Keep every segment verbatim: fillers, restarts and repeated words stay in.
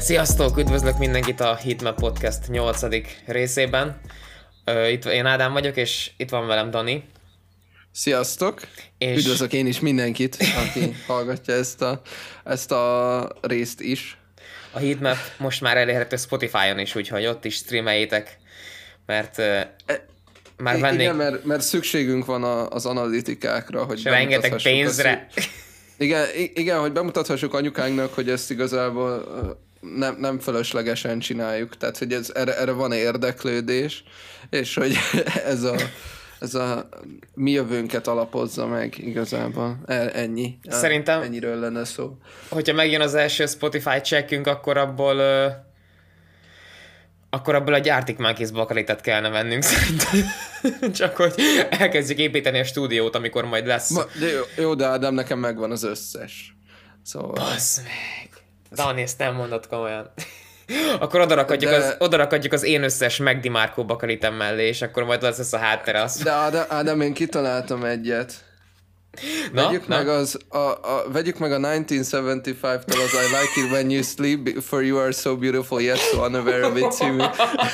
Sziasztok! Üdvözlök mindenkit a Heatmap Podcast nyolcadik részében. Itt én Ádám vagyok, és itt van velem Dani. Sziasztok! És... Üdvözlök én is mindenkit, aki hallgatja ezt a, ezt a részt is. A Heatmap most már elérhető Spotify-on is, úgyhogy ott is streameljétek, mert e, már vennék... Igen, mert, mert szükségünk van a, az analitikákra, hogy rengeteg pénzre. Azt, igen, igen, hogy bemutathassuk anyukánknak, hogy ezt igazából nem, nem fölöslegesen csináljuk, tehát hogy ez, erre, erre van érdeklődés, és hogy ez a, ez a mi jövőnket alapozza meg igazából. Ennyi. Szerintem, ennyiről lenne szó. Hogyha megjön az első Spotify checkünk, akkor abból uh, akkor abból egy Arctic Monkeys bakalitát kellene vennünk szerintem. Csak hogy elkezdjük építeni a stúdiót, amikor majd lesz. Ma, de jó, jó, de Ádám, nekem megvan az összes. Szóval... Bassz meg! Dani, ezt nem mondod komolyan. Akkor odarakadjuk, de... az, odarakadjuk az én összes Magdi Markó bakalitem mellé, és akkor majd lesz ez a háttere. Az... De Ádám, Ádám, én kitaláltam egyet. Na, vegyük, na? Meg az, a, a, vegyük meg a ezerkilencszázhetvenöttől az I like it when you sleep, for you are so beautiful yet so unaware of it című.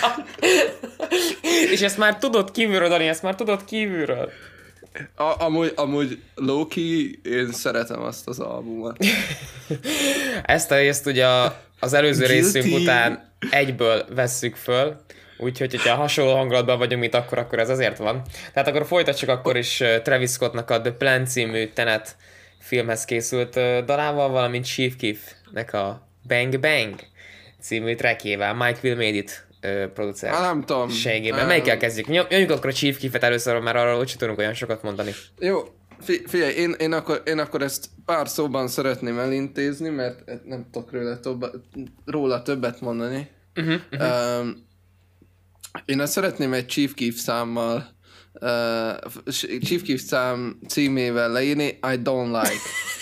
És ezt már tudod kívülről, Dani, ezt már tudod kívülről. A, amúgy, amúgy Loki, én szeretem azt az albumot. Ezt a részt ugye az előző Guilty. részünk után egyből vesszük föl, úgyhogy hogyha hasonló hangulatban vagyunk, mint akkor, akkor ez azért van. Tehát akkor folytassuk akkor is Travis Scottnak a The Plan című Tenet filmhez készült dalával, valamint Chief Keef-nek a Bang Bang című trackjével, Mike Will Made It producer. Há, nem tudom. Segében. Melyikkel kezdjük? Nyomjuk akkor a Chief Keef-et először, mert arról úgy tudunk olyan sokat mondani. Jó, figyelj, én, én, akkor, én akkor ezt pár szóban szeretném elintézni, mert nem tudok róla, több, róla többet mondani. Uh-huh, uh-huh. Um, én azt szeretném egy Chief Keef számmal, uh, Chief Keef szám címével leírni, I don't like.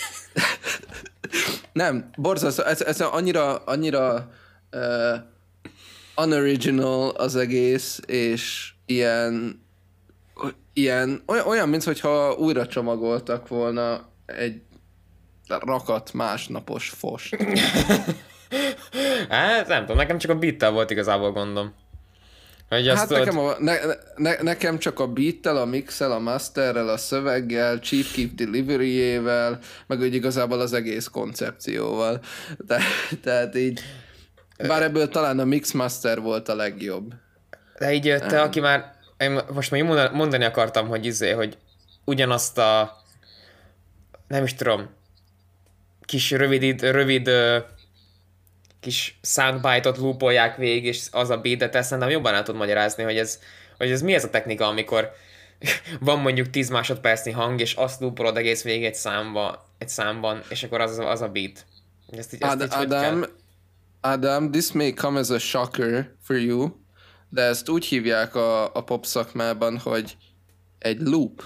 Nem, borzasztó, ez, ez annyira, annyira uh, unoriginal az egész, és ilyen, ilyen olyan, olyan mintha újra csomagoltak volna egy rakat másnapos fost. Hát nem tudom, nekem csak a beattel volt igazából gondom. Hogy hát nekem, a, ne, ne, nekem csak a beattel, a mixel, a masterrel, a szöveggel, Chief Keef deliveryjével, meg úgy igazából az egész koncepcióval. Te, tehát így, bár ebből talán a mixmaster volt a legjobb. De így te, aki már, én most már mondani akartam, hogy izé, hogy ugyanazt a, nem is tudom, kis rövid, rövid kis soundbite-ot loopolják végig, és az a beat, de te szerintem jobban el tud magyarázni, hogy ez, hogy ez mi ez a technika, amikor van mondjuk tíz másodpercnyi hang, és azt loopolod egész végig egy számba, egy számban, és akkor az az a beat. Ezt így, ezt Ad, így Adam, Adam, this may come as a shocker for you, de ezt úgy hívják a, a pop szakmában, hogy egy loop.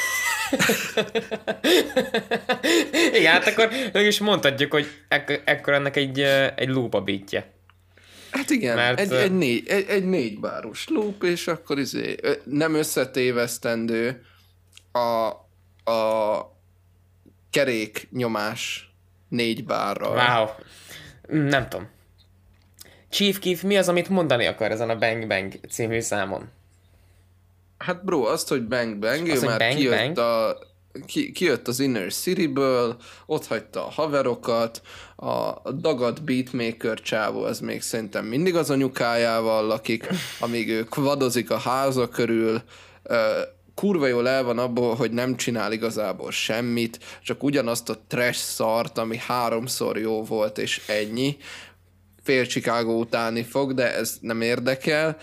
Igen, hát akkor is mondhatjuk, hogy ek- ekkor ennek egy, egy loop a beatje. Hát igen, Mert, egy, egy, négy, egy, egy négy báros loop, és akkor izé, nem összetévesztendő a, a kerék nyomás négy bárral. Wow. Nem tudom. Chief Keef, mi az, amit mondani akar ezen a Bang Bang című számon? Hát bro, azt, hogy Bang Bang, azt, ő már bang, kijött, bang. A, ki, kijött az Inner City-ből, ott hagyta a haverokat, a dagadt beatmaker csávó, az még szerintem mindig az anyukájával lakik, amíg ő kvadozik a háza körül, kurva jól el van abból, hogy nem csinál igazából semmit, csak ugyanazt a trash szart, ami háromszor jó volt, és ennyi. Fél Chicago utáni fog, de ez nem érdekel.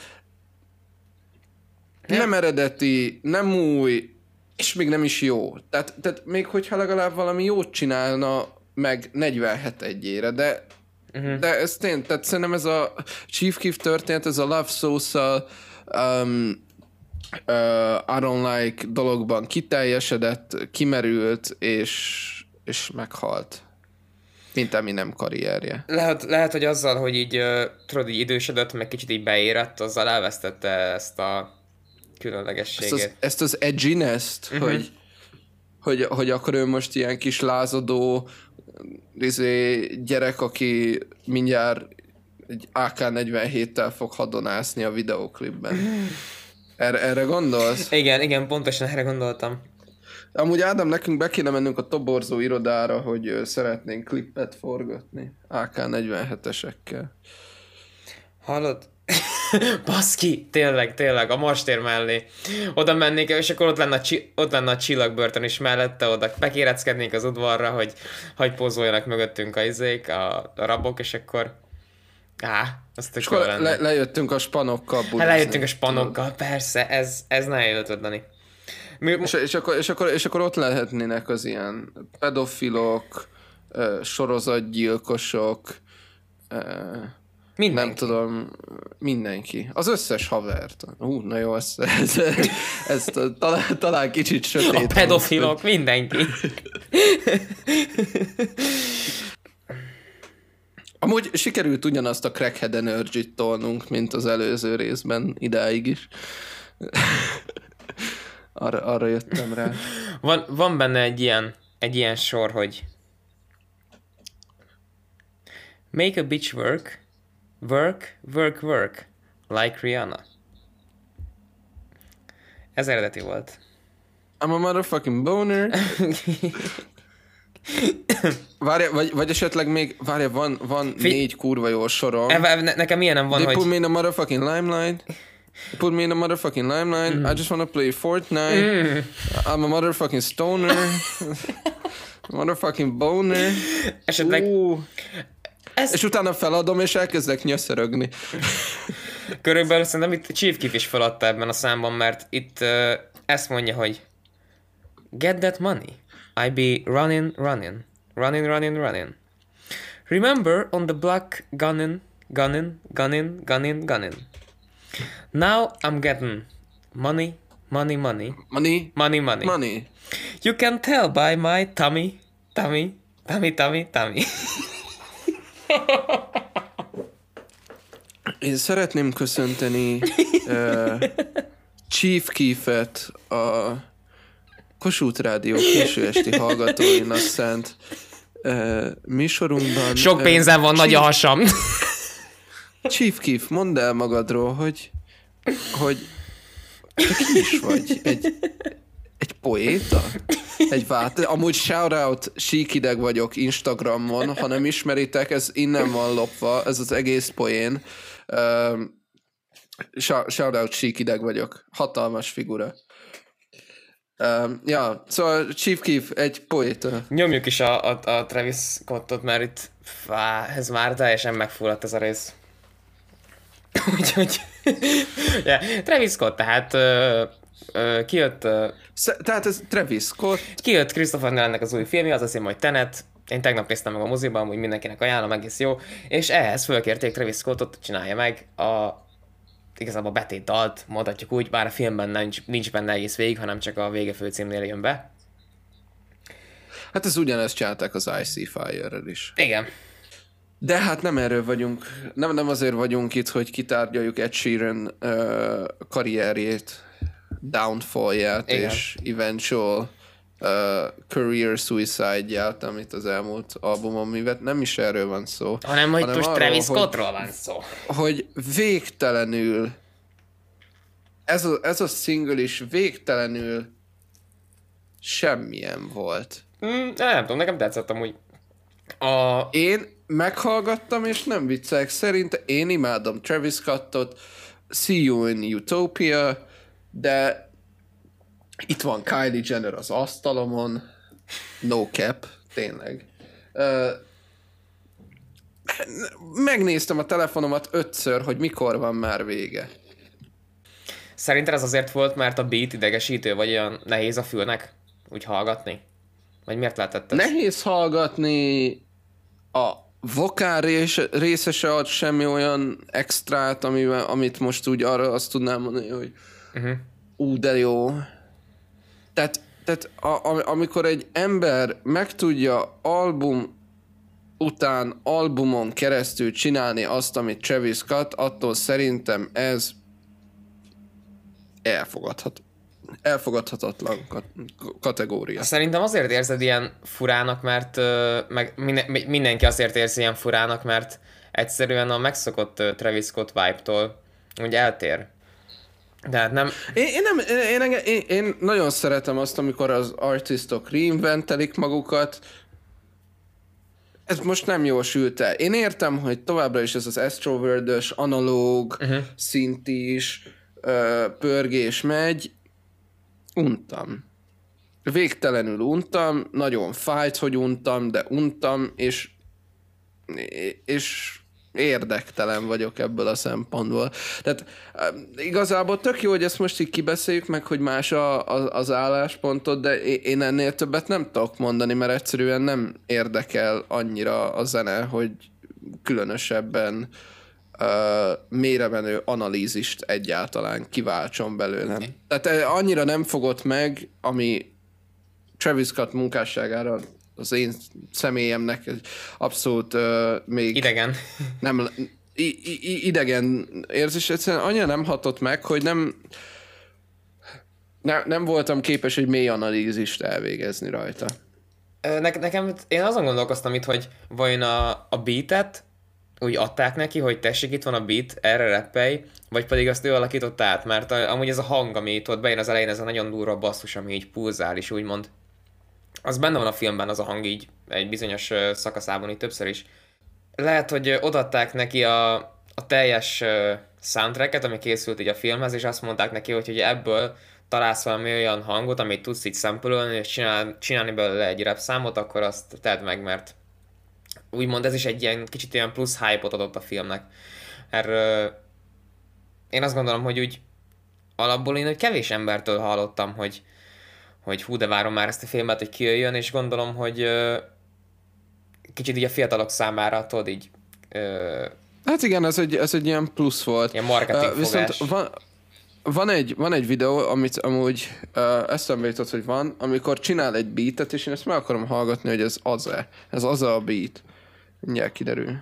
Nem, nem eredeti, nem új, és még nem is jó. Tehát, tehát még hogyha legalább valami jót csinálna, meg negyvenhét egyére, de, uh-huh. de ez tény, tehát szerintem ez a Chief Keef történet, ez a Love Sauce-szal um, uh, I don't like dologban kiteljesedett, kimerült, és, és meghalt. Mint Eminem karrierje. Lehet, lehet, hogy azzal, hogy így, uh, tudod, így idősödött, meg kicsit így beérett, azzal elvesztette ezt a különlegességét. Ezt az, ezt az edginess-t, uh-huh. hogy, hogy, hogy akkor ő most ilyen kis lázadó izé, gyerek, aki mindjárt egy á ká negyvenhéttel fog hadonászni a videóklipben. Erre, erre gondolsz? Igen, igen, pontosan erre gondoltam. Amúgy Ádám, nekünk be kéne mennünk a toborzó irodára, hogy ö, szeretnénk klippet forgatni á ká negyvenhetesekkel. Hallod? Baszki, tényleg, tényleg, a Marstér mellé. Oda mennék, és akkor ott lenne a, csi- ott lenne a csillagbörtön is mellette, oda bekéreckednék az udvarra, hogy hagy pózoljanak mögöttünk a izék, a, a rabok, és akkor... Á, azt És tök jó akkor lenne. le- lejöttünk a spanokkal bulizni. Hát lejöttünk a spanokkal, persze, ez, ez nagyon jól ötletni. Mi, És, és, akkor, és, akkor, és akkor ott lehetnének az ilyen pedofilok, ö, sorozatgyilkosok, ö, mindenki. nem tudom, mindenki. Az összes havert. Hú, na jó, ezt, ezt, ezt talán, talán kicsit sötét. A pedofilok, mindenki. Amúgy sikerült ugyanazt a Crackhead Energy-t tolnunk, mint az előző részben, idáig is. arra, arra jöttem rá. Van, van benne egy ilyen, egy ilyen sor, hogy make a bitch work, work, work, work, like Rihanna. Ez eredeti volt. I'm a motherfucking boner. Várja, vagy, vagy esetleg még, várja, van, van Fi- négy kurva jó sorom. E, ne, nekem ilyenem van, They hogy... put me in a motherfucking limelight. They put me in a motherfucking limelight. Mm. I just wanna play Fortnite. Mm. I'm a motherfucking stoner. Motherfucking boner. Esetleg... Uh. Ez... És utána feladom, és elkezdek nyöszörögni. Körülbelül szerintem itt Chief Keef is feladta ebben a számban, mert itt uh, ezt mondja, hogy get that money. I be running, running. Running, running, running. Remember on the block gunning, gunning, gunning, gunning, gunning. Now I'm getting money, money, money. Money? Money, money. Money. You can tell by my tummy, tummy, tummy, tummy, tummy. Én szeretném köszönteni uh, Chief Keef-et, a Kossuth Rádió késő esti hallgatóinak szánt uh, műsorunkban. Sok pénzem van, Chief, nagy a hasam. Chief Keef, mondd el magadról, hogy, hogy te ki is vagy? Egy, egy poéta? Egy vát... Amúgy shoutout, síkideg vagyok Instagramon, ha nem ismeritek, ez innen van lopva, ez az egész poén. Uh, shoutout, síkideg vagyok. Hatalmas figura. Uh, ja, szóval Chief Keef egy poéta. Nyomjuk is a, a, a Travis Scottot, mert itt fá, ez már teljesen megfulladt ez a rész. Úgyhogy... yeah. Travis Scott, tehát ö, ö, kijött... Ö, Sz- tehát ez Travis Scott. Kijött Christopher Nolannek az új filmje, az a cím, hogy Tenet. Én tegnap néztem meg a moziban, úgy mindenkinek ajánlom, egész jó. És ehhez fölkérték Travis Scottot, csinálja meg a igazából a betét dalt, mondhatjuk úgy, bár a filmben nincs, nincs benne egész végig, hanem csak a vége főcímnél jön be. Hát ez ugyanezt csinálták az I See Fire-rel is. Igen. De hát nem erről vagyunk, nem, nem azért vagyunk itt, hogy kitárgyaljuk Ed Sheeran uh, karrierjét, downfallját Igen. és eventual uh, career suicide-ját, amit az elmúlt albumon művett. Nem is erről van szó. Hanem, hogy hanem most arról, Travis hogy- Scottról van szó. Hogy végtelenül ez a, ez a single is végtelenül semmilyen volt. Mm, nem tudom, nekem tetszett amúgy. A... Én meghallgattam, és nem viccelek, szerint én imádom Travis Scottot, See You in Utopia, de itt van Kylie Jenner az asztalomon, no cap, tényleg. Uh, megnéztem a telefonomat ötször, hogy mikor van már vége. Szerinted ez azért volt, mert a beat idegesítő, vagy olyan nehéz a fülnek úgy hallgatni? Vagy miért lehetett ez? Nehéz hallgatni, a vokál rés, része se ad semmi olyan extrát, amivel, amit most úgy arra azt tudnám mondani, hogy Uh-huh. ú, de jó. Tehát, tehát a, a, amikor egy ember meg tudja album után albumon keresztül csinálni azt, amit Travis Scott, attól szerintem ez elfogadhat, elfogadhatatlan kat, kategória. Szerintem azért érzed ilyen furának, mert ö, meg minden, mindenki azért érzi ilyen furának, mert egyszerűen a megszokott uh, Travis Scott vibe-tól úgy eltér. De hát nem... Én, én, nem, én, én, én nagyon szeretem azt, amikor az artistok reinventelik magukat. Ez most nem jól sült el. Én értem, hogy továbbra is ez az Astroworld-ös, analóg, uh-huh. szintis, ö, pörgés megy. Untam. Végtelenül untam, nagyon fájt, hogy untam, de untam, és, és érdektelen vagyok ebből a szempontból. Tehát igazából tök jó, hogy ezt most így kibeszéljük meg, hogy más a, a, az álláspontod, de én ennél többet nem tudok mondani, mert egyszerűen nem érdekel annyira a zene, hogy különösebben uh, mélyremenő analízist egyáltalán kiváltson belőlem. Tehát annyira nem fogott meg, ami Travis Scott munkásságára az én személyemnek abszolút uh, még... Idegen. Nem, i, i, idegen érzés, egyszerűen annyira nem hatott meg, hogy nem, ne, nem voltam képes egy mély analízist elvégezni rajta. Ne, nekem, én azon gondolkoztam itt, hogy vajon a, a beatet úgy adták neki, hogy tessék, itt van a beat, erre rappelj, vagy pedig azt ő alakította át, mert a, amúgy ez a hang, ami itt ott bejön az elején, ez a nagyon durva basszus, ami így pulzál is, úgymond. Az benne van a filmben, az a hang így egy bizonyos szakaszában így többször is. Lehet, hogy odaadták neki a, a teljes soundtracket, ami készült így a filmhez, és azt mondták neki, hogy, hogy ebből találsz valami olyan hangot, amit tudsz így szempölölni, és csinál, csinálni belőle egy rap számot, akkor azt tedd meg, mert úgymond ez is egy ilyen kicsit ilyen plusz hype-ot adott a filmnek. Erről én azt gondolom, hogy úgy alapból én hogy kevés embertől hallottam, hogy hogy hú, de várom már ezt a filmet, hogy kijöjjön, és gondolom, hogy ö, kicsit így a fiatalok számára, tudod így... Ö, hát igen, ez egy, ez egy ilyen plusz volt. Ilyen marketing uh, viszont van, van, egy, van egy videó, amit amúgy uh, eszembe jutott, hogy van, amikor csinál egy beatet, és én ezt meg akarom hallgatni, hogy ez az-e. Ez az a beat. Mindjárt kiderül.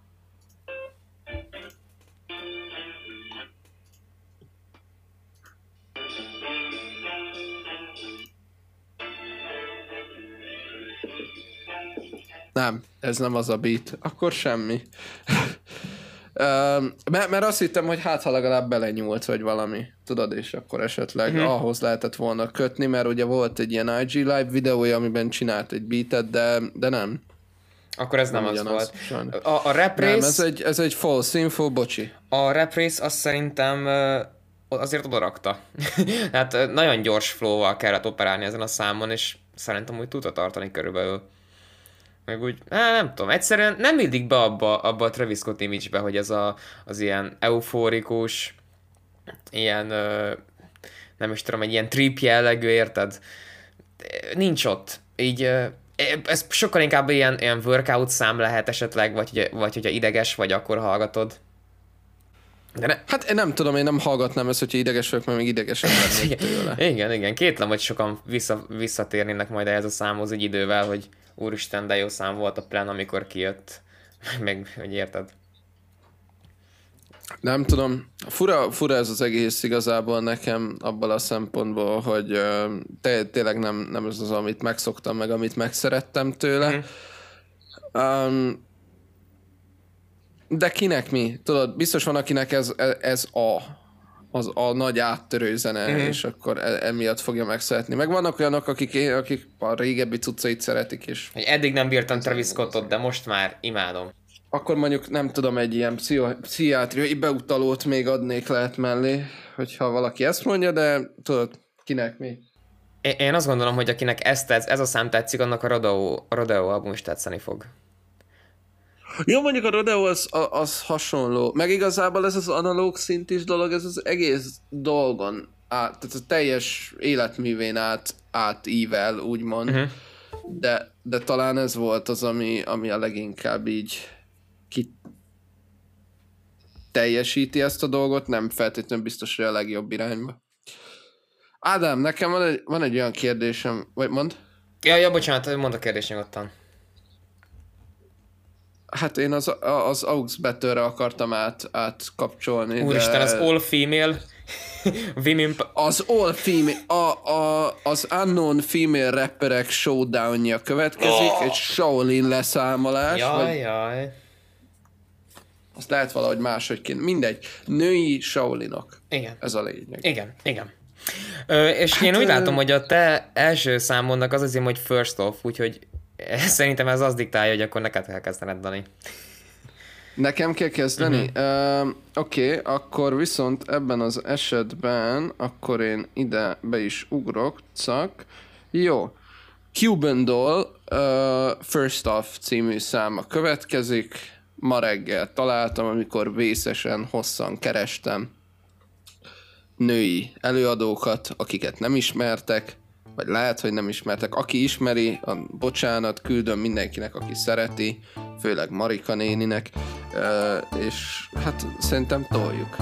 Nem, ez nem az a beat. Akkor semmi. uh, mert, mert azt hittem, hogy hát ha legalább belenyúlt, vagy valami. Tudod, és akkor esetleg mm-hmm. ahhoz lehetett volna kötni, mert ugye volt egy ilyen I G Live videója, amiben csinált egy beatet, de, de nem. Akkor ez nem, nem az volt. Sajnos. A, a rap race... Nem, ez egy, ez egy false info, bocsi. A rap race azt szerintem azért odarakta. Hát nagyon gyors flow-val kellett operálni ezen a számon, és szerintem úgy tudta tartani körülbelül. Meg úgy, á, nem tudom, egyszerűen nem illik be abba, abba a Travis Scott image-be, hogy ez a, az ilyen euforikus, ilyen, ö, nem is tudom, egy ilyen trip jellegű, érted? Nincs ott. Így, ö, ez sokkal inkább ilyen, ilyen workout szám lehet esetleg, vagy, vagy hogyha ideges vagy, akkor hallgatod. De ne... Hát én nem tudom, én nem hallgatnám ezt, hogyha ideges vagyok, mert még idegesebb lennék tőle. Igen, igen, kétlem, hogy sokan vissza, visszatérnének majd ehhez a számhoz egy idővel, hogy úristen, de jó szám volt a plan, amikor kijött. Meg, hogy érted? Nem tudom. Fura, fura ez az egész igazából nekem abban a szempontból, hogy uh, té- tényleg nem, nem ez az, amit megszoktam, meg amit megszerettem tőle. Mm. Um, de kinek mi? Tudod, biztos van, akinek ez, ez a, az a nagy áttörő zene, mm. és akkor emiatt fogja megszeretni. Meg vannak olyanok, akik, akik a régebbi cuccait szeretik is. Eddig nem bírtam Travis Scottot, de most már imádom. Akkor mondjuk nem tudom, egy ilyen pszicho- pszichiátriai beutalót még adnék lehet mellé, hogyha valaki ezt mondja, de tudod, kinek mi? Én azt gondolom, hogy akinek ez, tetsz, ez a szám tetszik, annak a Rodeo, a Rodeo album is tetszeni fog. Jó, mondjuk a Rodeo az, az hasonló. Meg igazából ez az analóg szintis dolog, ez az egész dolgon át, tehát a teljes életművén át, átível, úgymond. Uh-huh. De, de talán ez volt az, ami, ami a leginkább így ki teljesíti ezt a dolgot, nem feltétlenül biztos, hogy a legjobb irányba. Ádám, nekem van egy, van egy olyan kérdésem, vagy mond? Ja, ja, bocsánat, mondd a kérdést nyugodtan. Hát én az, az aux betőre akartam át, átkapcsolni. Úristen, de... az all female women... Az all female, a, a, az unknown female rapperek showdownja következik, oh. Egy Shaolin leszámolás. Jaj, vagy... jaj. Azt lehet valahogy máshogy kéne. Mindegy. Női Shaolinok. Igen. Ez a lényeg. Igen, igen. Ö, és hát, én úgy ö... látom, hogy a te első számodnak az azért, hogy first off, úgyhogy szerintem ez az diktálja, hogy akkor neked kell kezdened, Dani. Nekem kell kezdeni? Uh-huh. Uh, Oké, okay, akkor viszont ebben az esetben, akkor én ide be is ugrok, cak. Jó. Cuban Doll uh, First Off című száma következik. Ma reggel találtam, amikor vészesen, hosszan kerestem női előadókat, akiket nem ismertek, vagy lehet, hogy nem ismertek. Aki ismeri, a bocsánat, küldöm mindenkinek, aki szereti, főleg Marika néninek, uh, és hát szerintem toljuk.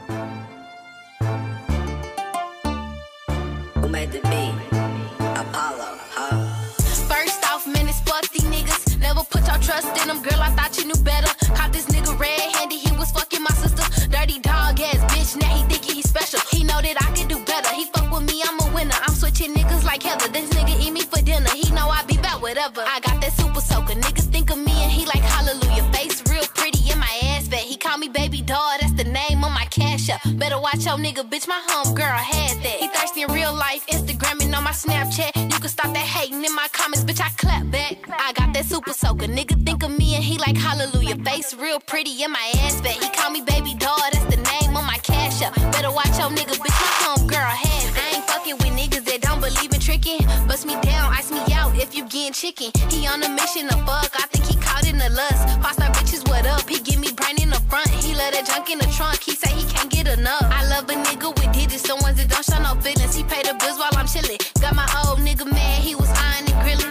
Trust in him, girl, I thought you knew better. Caught this nigga red-handed, he was fucking my sister. Dirty dog ass bitch, now he thinking he's special. He know that I can do better. He fuck with me, I'm a winner. I'm switching niggas like Heather. This nigga eat me for dinner. He know I be back whatever. I got that super soaker. Niggas think of me and he like hallelujah. Face real pretty in my ass fat. He call me baby doll, that's the name on my cash up. Better watch your nigga, bitch, my homegirl had that. He thirsty in real life, Instagramming on my Snapchat. You can stop that hating in my comments, bitch, I clap back. I got that super soaker. Nigga think of me and he like hallelujah. Face real pretty in my ass fat. He call me baby doll, that's the name on my cash up. Better watch your nigga, bitch, my homegirl had that. I ain't fucking with niggas that don't believe in tricking. Bust me down, ice me out if you getting chicken. He on a mission to fuck, I think he caught in the lust. Five star bitches, what up? He give me brain in the front. He let that junk in the trunk, he say he can't get enough. I love a nigga with digits, the ones that don't show no feelings. He pay the bills while I'm chillin'. Got my old nigga mad, he was eyeing and grilling.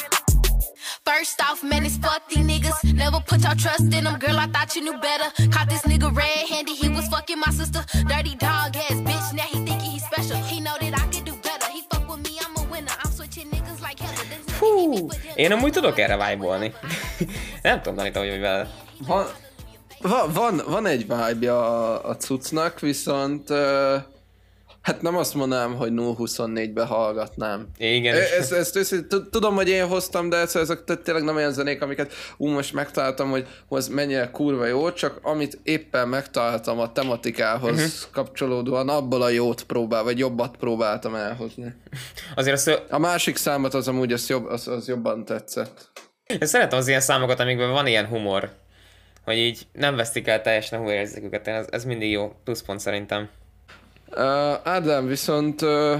First off, man, it's fuck these niggas. Never put your trust in them, girl, I thought you knew better. Caught this nigga red-handed, he was fucking my sister. Dirty dog ass bitch, now he thinking he's special. He know that I can do better. He fuck with me, I'm a winner. I'm switching niggas like Heather. Hú, én amúgy tudok erre vibe-olni. Nem tudom, Danita, hogy vagy vele. Van, van, van, van egy vibe-ja a, a cuccnak, viszont uh, hát nem azt mondanám, hogy nulla huszonnégybe hallgatnám. Igen. Ezt, ezt, ezt, tudom, hogy én hoztam, de ezek tényleg nem olyan zenék, amiket ú, most megtaláltam, hogy az mennyire kurva jó, csak amit éppen megtaláltam a tematikához uh-huh. kapcsolódóan, abból a jót próbál, vagy jobbat próbáltam elhozni. Azért az... A másik számot az amúgy az, jobb, az, az jobban tetszett. Én szeretem az ilyen számokat, amikben van ilyen humor, hogy így nem vesztik el teljesen a humorérzéküket. Ez, ez mindig jó pluszpont szerintem. Uh, Ádám, viszont uh,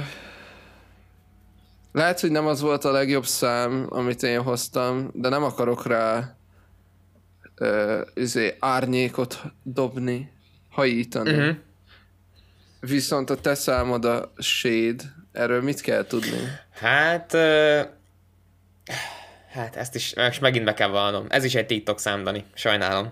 lehet, hogy nem az volt a legjobb szám, amit én hoztam, de nem akarok rá uh, izé, árnyékot dobni, hajítani. Uh-huh. Viszont a te számod a Shade, erről mit kell tudni? Hát... Uh, hát ezt is most megint be kell vallanom. Ez is egy TikTok szám, Dani. Sajnálom.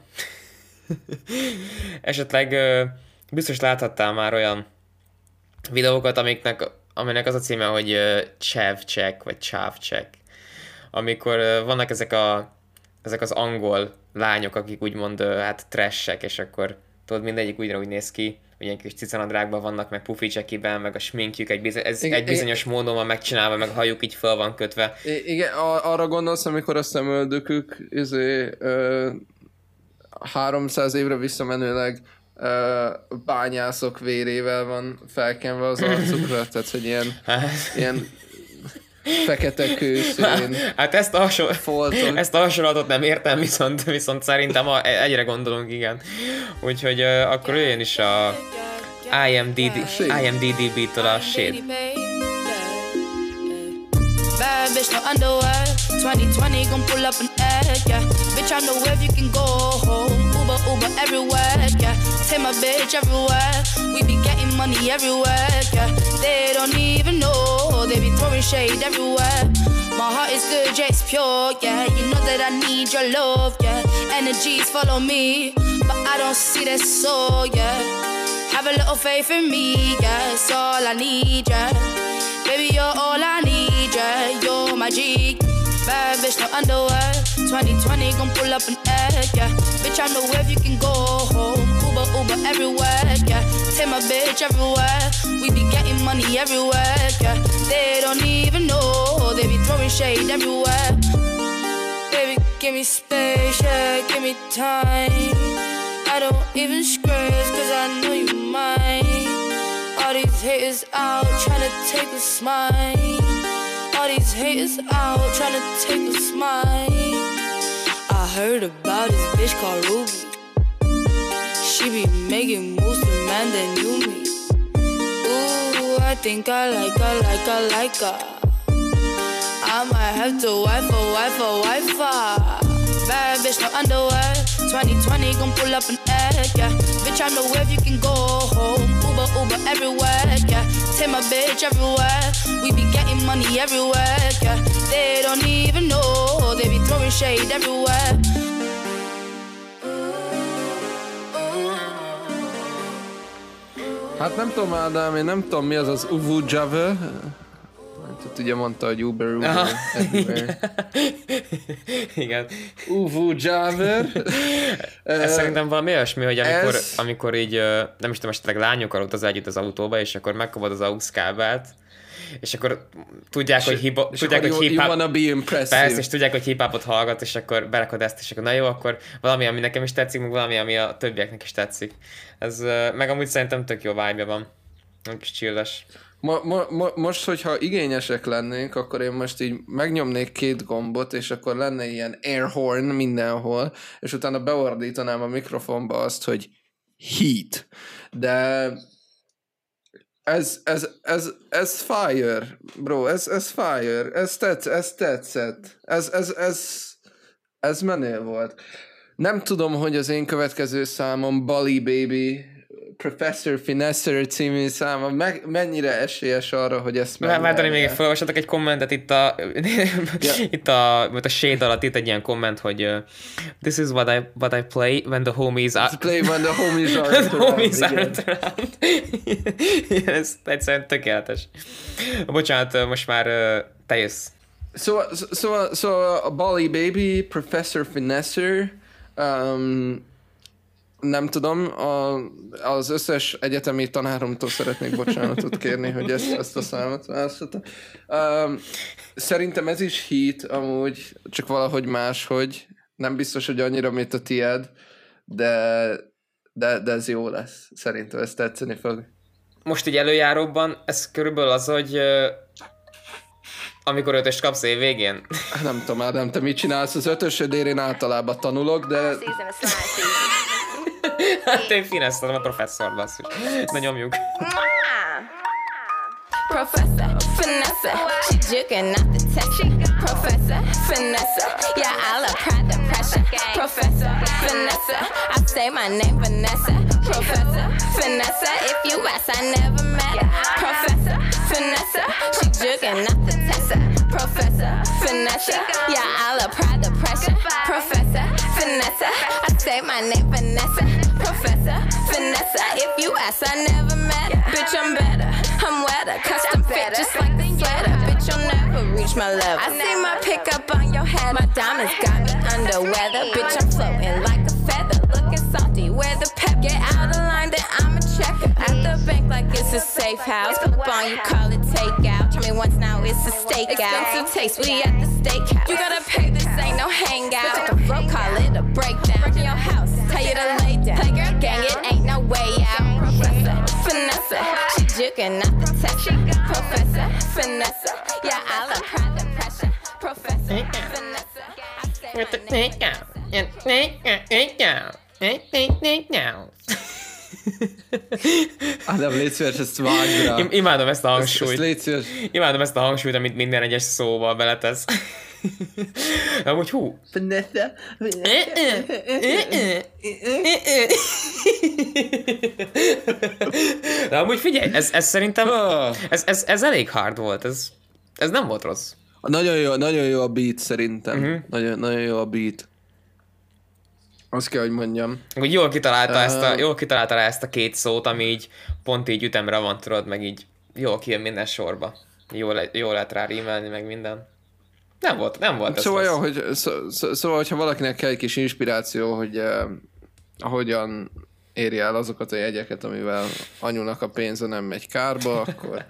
Esetleg uh, biztos láthattál már olyan videókat, amiknek, aminek az a címe, hogy uh, chav check, vagy chav check. Amikor uh, vannak ezek, a, ezek az angol lányok, akik úgymond uh, hát trashek, és akkor tudod, mindegyik úgy, úgy néz ki, hogy ilyen kis cicanadrágban vannak, meg pufi csekiben, meg a sminkjük egy, bizo- ez igen, egy bizonyos igen. módon van megcsinálva, meg a hajuk így fel van kötve. Igen, arra gondolsz, amikor a szemöldökük izé, ö, háromszáz évre visszamenőleg Uh, bányászok vérével van felkenve az arcukra, tehát hogy ilyen, ilyen fekete kőszén. Hát ezt a, hasonl- ezt a hasonlatot nem értem, viszont, viszont szerintem a, egyre gondolunk, igen. Úgyhogy uh, akkor jöjjön is a I M D D B-től a Shade. Bad bitch, no underwear. twenty twenty gon' pull up an egg, yeah. Bitch, I know where you can go home. Uber, Uber everywhere, yeah. Take my bitch everywhere. We be getting money everywhere, yeah. They don't even know. They be throwing shade everywhere. My heart is good, yeah, it's pure, yeah. You know that I need your love, yeah. Energies follow me, but I don't see that soul, yeah. Have a little faith in me, yeah. It's all I need, yeah. Baby, you're all I need, yeah. You're my G. Bad bitch, no underwear. twenty twenty gon' pull up an egg, yeah. Bitch, I know where you can go home. Uber, Uber everywhere, yeah. Take my bitch everywhere. We be getting money everywhere, yeah. They don't even know. They be throwing shade everywhere. Baby, give me space, yeah. Give me time. I don't even scratch cause I know you mine. All these haters out tryna take a smile. All these haters out tryna take a smile. I heard about this bitch called Ruby. She be making moves to man that knew me. Ooh, I think I like her, like her, like her. I might have to wife her, wife her, wife her. Bad bitch, no underwear. twenty twenty gon' pull up an egg, yeah. Bitch, I know where you can go home. Uber, Uber everywhere, yeah. Take my bitch everywhere. We be getting money everywhere, yeah. They don't even know. They be throwing shade everywhere. Hát nem tudom, Ádám, én nem tudom mi az az Uvu Java. Ugye mondta, hogy Uber, Uber, everywhere. Igen. Uvu Java. Ez szerintem valami olyasmi, hogy amikor, ez... amikor így, nem is tudom, esetleg lányokkal utaz együtt az autóba, és akkor megkapod az aux kábelt, és akkor tudják, és, hogy hiba, és tudják, hogy hip-hop... Persze, és tudják, hogy hip-hopot hallgat, és akkor berakod ezt, és akkor na jó, akkor valami, ami nekem is tetszik, meg valami, ami a többieknek is tetszik. Ez meg amúgy szerintem tök jó vibe van. Egy kis chilles. Mo, mo, mo, most, hogyha igényesek lennénk, akkor én most így megnyomnék két gombot, és akkor lenne ilyen air horn mindenhol, és utána beordítanám a mikrofonba azt, hogy heat. De ez, ez, ez, ez fire, bro, ez, ez fire, ez, tetsz, ez tetszett, ez, ez, ez, ez menő volt. Nem tudom, hogy az én következő számom Bali Baby, Professor Finesser című száma, meg, mennyire esélyes arra, hogy ezt meg... Várj, még felolvassatok egy kommentet itt a... yeah. itt a... Mert a shade alatt itt egy ilyen komment, hogy uh, this is what I, what I play when the homies are... play when the homies are... the homies aren't around. Ez egyszerűen tökéletes. Bocsánat, most már uh, te jössz. Szóval so, so, so, a Bali Baby, Professor Finesser, um, nem tudom, a, az összes egyetemi tanáromtól szeretnék bocsánatot kérni, hogy ezt, ezt a számot választottam. Um, szerintem ez is hit, amúgy, csak valahogy máshogy. Nem biztos, hogy annyira, mint a tied, de, de, de ez jó lesz. Szerintem ez tetszeni fog. Most így előjáróban, ez körülbelül az, hogy uh, amikor ötöst kapsz év végén? Nem tudom, Ádám, te mit csinálsz? Az ötösödért én általában tanulok, de... Hát én finesztem a professzor, basszus. Na nyomjuk. Professor, finesse, she jugging not the texture. Professor, finesse, yeah, I'll apply the pressure. Professor, finesse, I say my name Vanessa. Professor, finesse, if you ask, I never met her. Professor, finesse, she jugging not the texture. Professor, finesse, yeah, I'll apply the pressure. Professor, finesse, I say my name Vanessa. Professor, finesse, if you ask, I never met her. Bitch, I'm better, I'm wetter, custom fit just like the sweater. Bitch, you'll never reach my level. I see my pickup on your head, my diamonds got me under weather. Bitch, I'm floating like a feather, looking salty, where the pep. Get out of line, then I'm a checker. At the bank like it's a safe house. Flip on you, call it takeout. Try me once, now it's a stakeout. Expensive taste, we at the steakhouse. You gotta pay, this ain't no hangout. Take a float, call it a breakdown. Break in your house, tell you to lay down. Playgirl gang, it ain't no way out. Professor, finesse, she jugging not the texture. Professor, finesse, yeah, I'll apply the pressure. Professor, finesse, I say my name. Ádám, légy szíves, ezt vágd rá. Imádom ezt a hangsúlyt. Ezt, ezt légy szíves. Imádom ezt a hangsúlyt, amit minden egyes szóval beletesz. Amúgy hú. Finesse. De amúgy figyelj, ez, ez szerintem, ez, ez, ez elég hard volt, ez, ez nem volt rossz. Nagyon jó, nagyon jó a beat szerintem. Uh-huh. Nagyon, nagyon jó a beat. Azt kell, hogy mondjam. Úgy jól kitalálta, uh, ezt a, jól kitalálta rá ezt a két szót, ami így pont így ütemre van, tudod, meg így jól kijön minden sorba. Jól, jól lehet rá rímelni, meg minden. Nem volt, nem volt ez. Szóval jó, hogy, szó, szó, szóval, hogyha valakinek kell egy kis inspiráció, hogy eh, hogyan érje el azokat a jegyeket, amivel anyunak a pénze nem megy kárba, akkor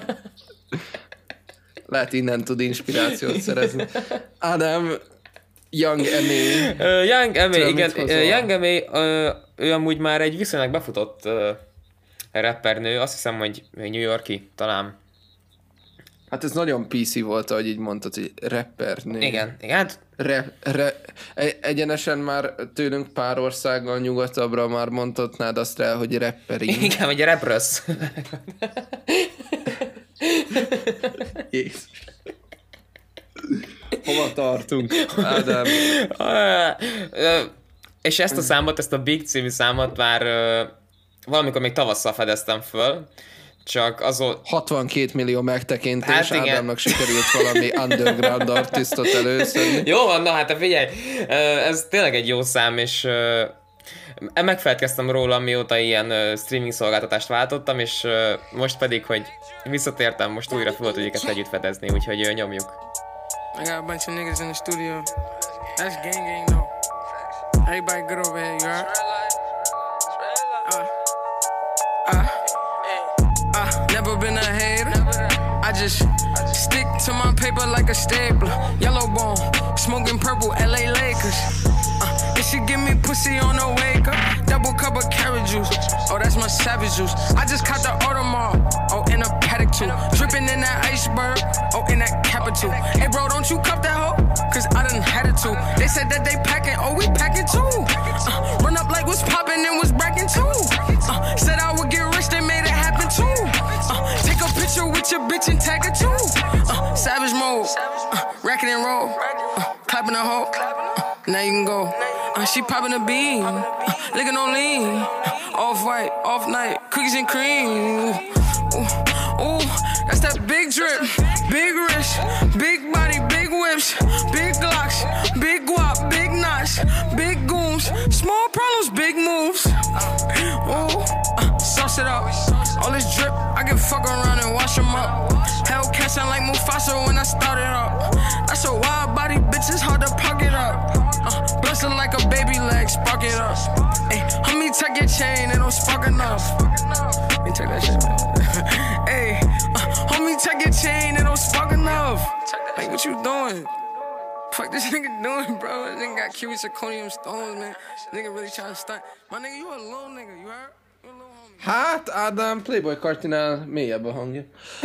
lehet innen tud inspirációt szerezni. Ádám, Young M A. Uh, Young M A, Tudom, igen. mit hozol? Uh, Young M A, uh, ő amúgy már egy viszonylag befutott uh, rappernő. Azt hiszem, hogy New York-i talán. Hát ez nagyon pé cé volt, ahogy így mondtad, hogy rappernő. Igen, igen. Hát, Re, re, e- egyenesen már tőlünk pár országgal nyugatabbra már mondhatnád azt rá, hogy rappering. igen, vagy Rapros. Jézus. Hova tartunk? Ádám. És ezt a számot, ezt a Big című számot már uh, valamikor még tavasszal fedeztem föl, csak azon... hatvankét millió megtekintés, Hát igen. Ádámnak sikerült valami underground artistot előszedni. Jó van, na hát figyelj, uh, ez tényleg egy jó szám, és uh, megfelelkeztem róla, mióta ilyen uh, streaming szolgáltatást váltottam, és uh, most pedig, hogy visszatértem, most újra föl tudjuk ezt együtt fedezni, úgyhogy uh, nyomjuk. I got a bunch of niggas in the studio. That's gang gang though. Everybody good over here, you heard? Uh, uh, uh, never been a hater. I just stick to my paper like a stapler. Yellow bone, smoking purple, L A Lakers. Uh, it should give me pussy on the wake up. Double cup of carrot juice. Oh, that's my savage juice. I just caught the Audemars. Oh, in a paddock too. Dripping in that iceberg. Oh, in that capital. Hey, bro, don't you cup that hoe? Cause I done had it too. They said that they packing. Oh, we packing too. Uh, run up like what's popping and what's bracking too. Uh, said I would get rich, they made it happen too. Uh, take a picture with your bitch and tag it too. Uh, savage mode. Uh, racket and roll. Uh, clapping a hoe. Uh, now you can go. Uh, she popping a bean. Uh, licking on lean. Uh, off white, off night. Cookies and cream. Ooh, ooh, ooh, that's that big drip. Big wrist. Big body, big whips. Big glocks. Big guap, big knots. Big goons. Small problems, big moves. Ooh, uh, sauce it up. All this drip, I can fuck around and wash them up. Hellcat sound like Mufasa when I started up. That's a wild body, bitch, it's hard to pocket up. Uh, Blessed like a baby leg, spark it up. Hey, homie, take your chain, it don't spark enough. Let me take that shit. Hey, uh, homie, take your chain, it don't spark enough. Like, what you doing? Fuck this nigga doing, bro? This nigga got cubic zirconium stones, man. This nigga really trying to stunt. My nigga, you a little nigga, you heard? You a little homie. Hát, Ádám, Playboy Cartinál mélyebb a hangja.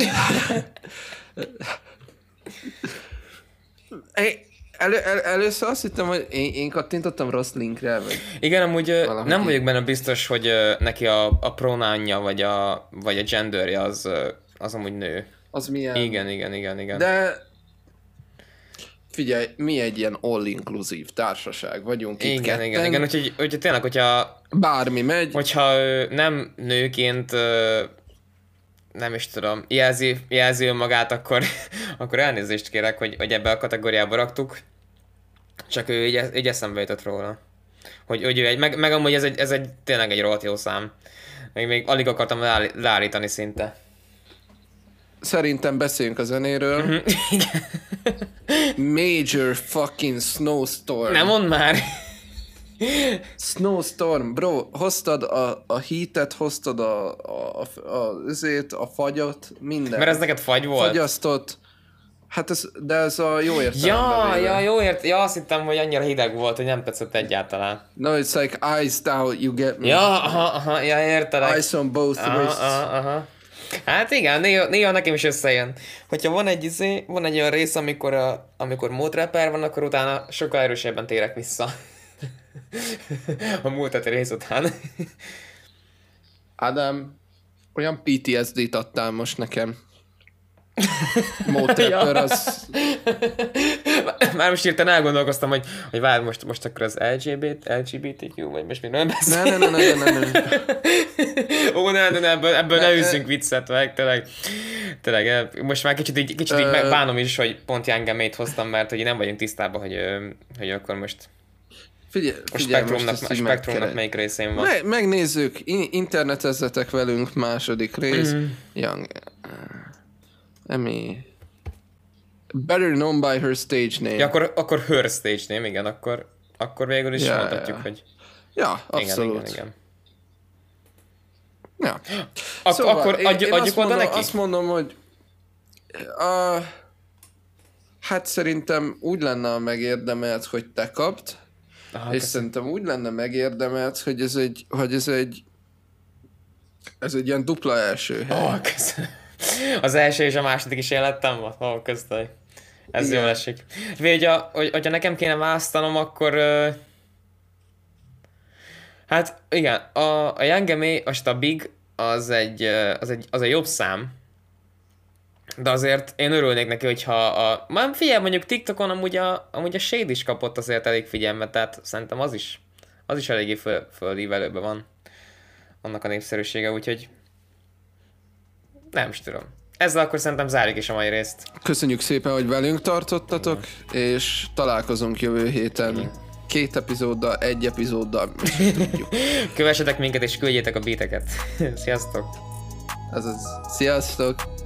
Hey, elő, el, először azt hittem, hogy én, én kattintottam rossz linkre, vagy... Igen, amúgy ö, Valahogy nem így. vagyok benne biztos, hogy ö, neki a, a pronánja, vagy a, vagy a genderje az, ö, az amúgy nő. Az milyen... Igen, igen, igen, igen. De... Figyelj, mi egy ilyen all-inclusive társaság vagyunk itt igen, ketten. igen, igen, úgyhogy, úgyhogy tényleg, hogyha, Bármi megy. hogyha ö, nem nőként ö, nem is tudom, jelzi, jelzi önmagát, akkor, akkor elnézést kérek, hogy, hogy ebbe a kategóriába raktuk. Csak ő így, így eszembe jutott róla. Hogy, hogy ő egy, meg, meg amúgy ez egy, ez egy tényleg egy rohadt jó szám. Még, még alig akartam leáll- leállítani szinte. Szerintem beszéljünk a zenéről. Mhm. Major fucking snowstorm. Nem mondd már! Snowstorm, bro, hoztad a, a heatet, hoztad a, a, a, a, azért, a fagyot, minden. Mert ez neked fagy volt? Fagyasztott. Hát ez, de ez a jó értelemben Ja, véve. ja, jó ért. Ja, azt hittem, hogy annyira hideg volt, hogy nem tetszett egyáltalán. No, it's like iced out, you get me. Ja, aha, aha, ja, értelek. Ice on both Aha, wrists. aha, aha. Hát igen, néha, néha nekem is összejön. Hogyha van egy izé, van egy olyan rész, amikor, a, amikor mód rapper van, akkor utána sokkal erősebben térek vissza. A múlt rész után. Ádám, olyan pé té es dét adtál most nekem. Motrapper az... Már most írtan elgondolkoztam, hogy, hogy várj, most, most akkor az el gé bé té, el gé bé té kú, vagy most még nem beszél. Ne, ne, ne, ne, ne, ne. Ó, ne, ne, ne, ebből, ebből ne, Ne, üzzünk viccet, meg, tényleg, tényleg, eh, most már kicsit így, kicsit így Ö- megbánom is, hogy pont Young M A-t hoztam, mert hogy nem vagyunk tisztában, hogy, ö, hogy akkor most Figyelj, a figyelj most spektrumnak, ezt a így spektrumnak megkere- melyik részén van. Me- megnézzük, in- internetezzetek velünk, második rész. Mhm. Young... Emi... Better known by her stage name. Ja, akkor, akkor her stage name, igen, akkor, akkor végül is Ja, mondhatjuk, ja. hogy Ja, abszolút. igen, igen, igen. Ja. Ak- Szóval akkor én- adj, én adjuk azt oda mondom, neki? Azt mondom, hogy... Uh, Hát szerintem úgy lenne megérdemelt, hogy te kapd, Aha, és köszönöm. szerintem úgy lenne megérdemelt, hogy ez egy, hogy ez egy, ez egy ilyen dupla első hely. Oh, köszönöm. Az első és a második is élettem volt. Ó, oh, köszönöm. Ez Igen. jól esik. Vagy, hogyha, hogy, hogyha nekem kéne választanom, akkor... Uh, hát igen, a, a Young M A, most a Big, az egy, uh, az, egy, az egy jobb szám. De azért én örülnék neki, hogyha a... Már figyelj, mondjuk TikTokon amúgy a, amúgy a Shade is kapott azért elég figyelmet, tehát szerintem az is, az is eléggé föl, fölívelőben van. Annak a népszerűsége, úgyhogy... Nem is tudom. Ezzel akkor szerintem zárjuk is a mai részt. Köszönjük szépen, hogy velünk tartottatok, és találkozunk jövő héten két epizóddal, egy epizóddal, mi tudjuk. Kövessetek minket és küldjétek a beateket. Sziasztok! Azaz, sziasztok!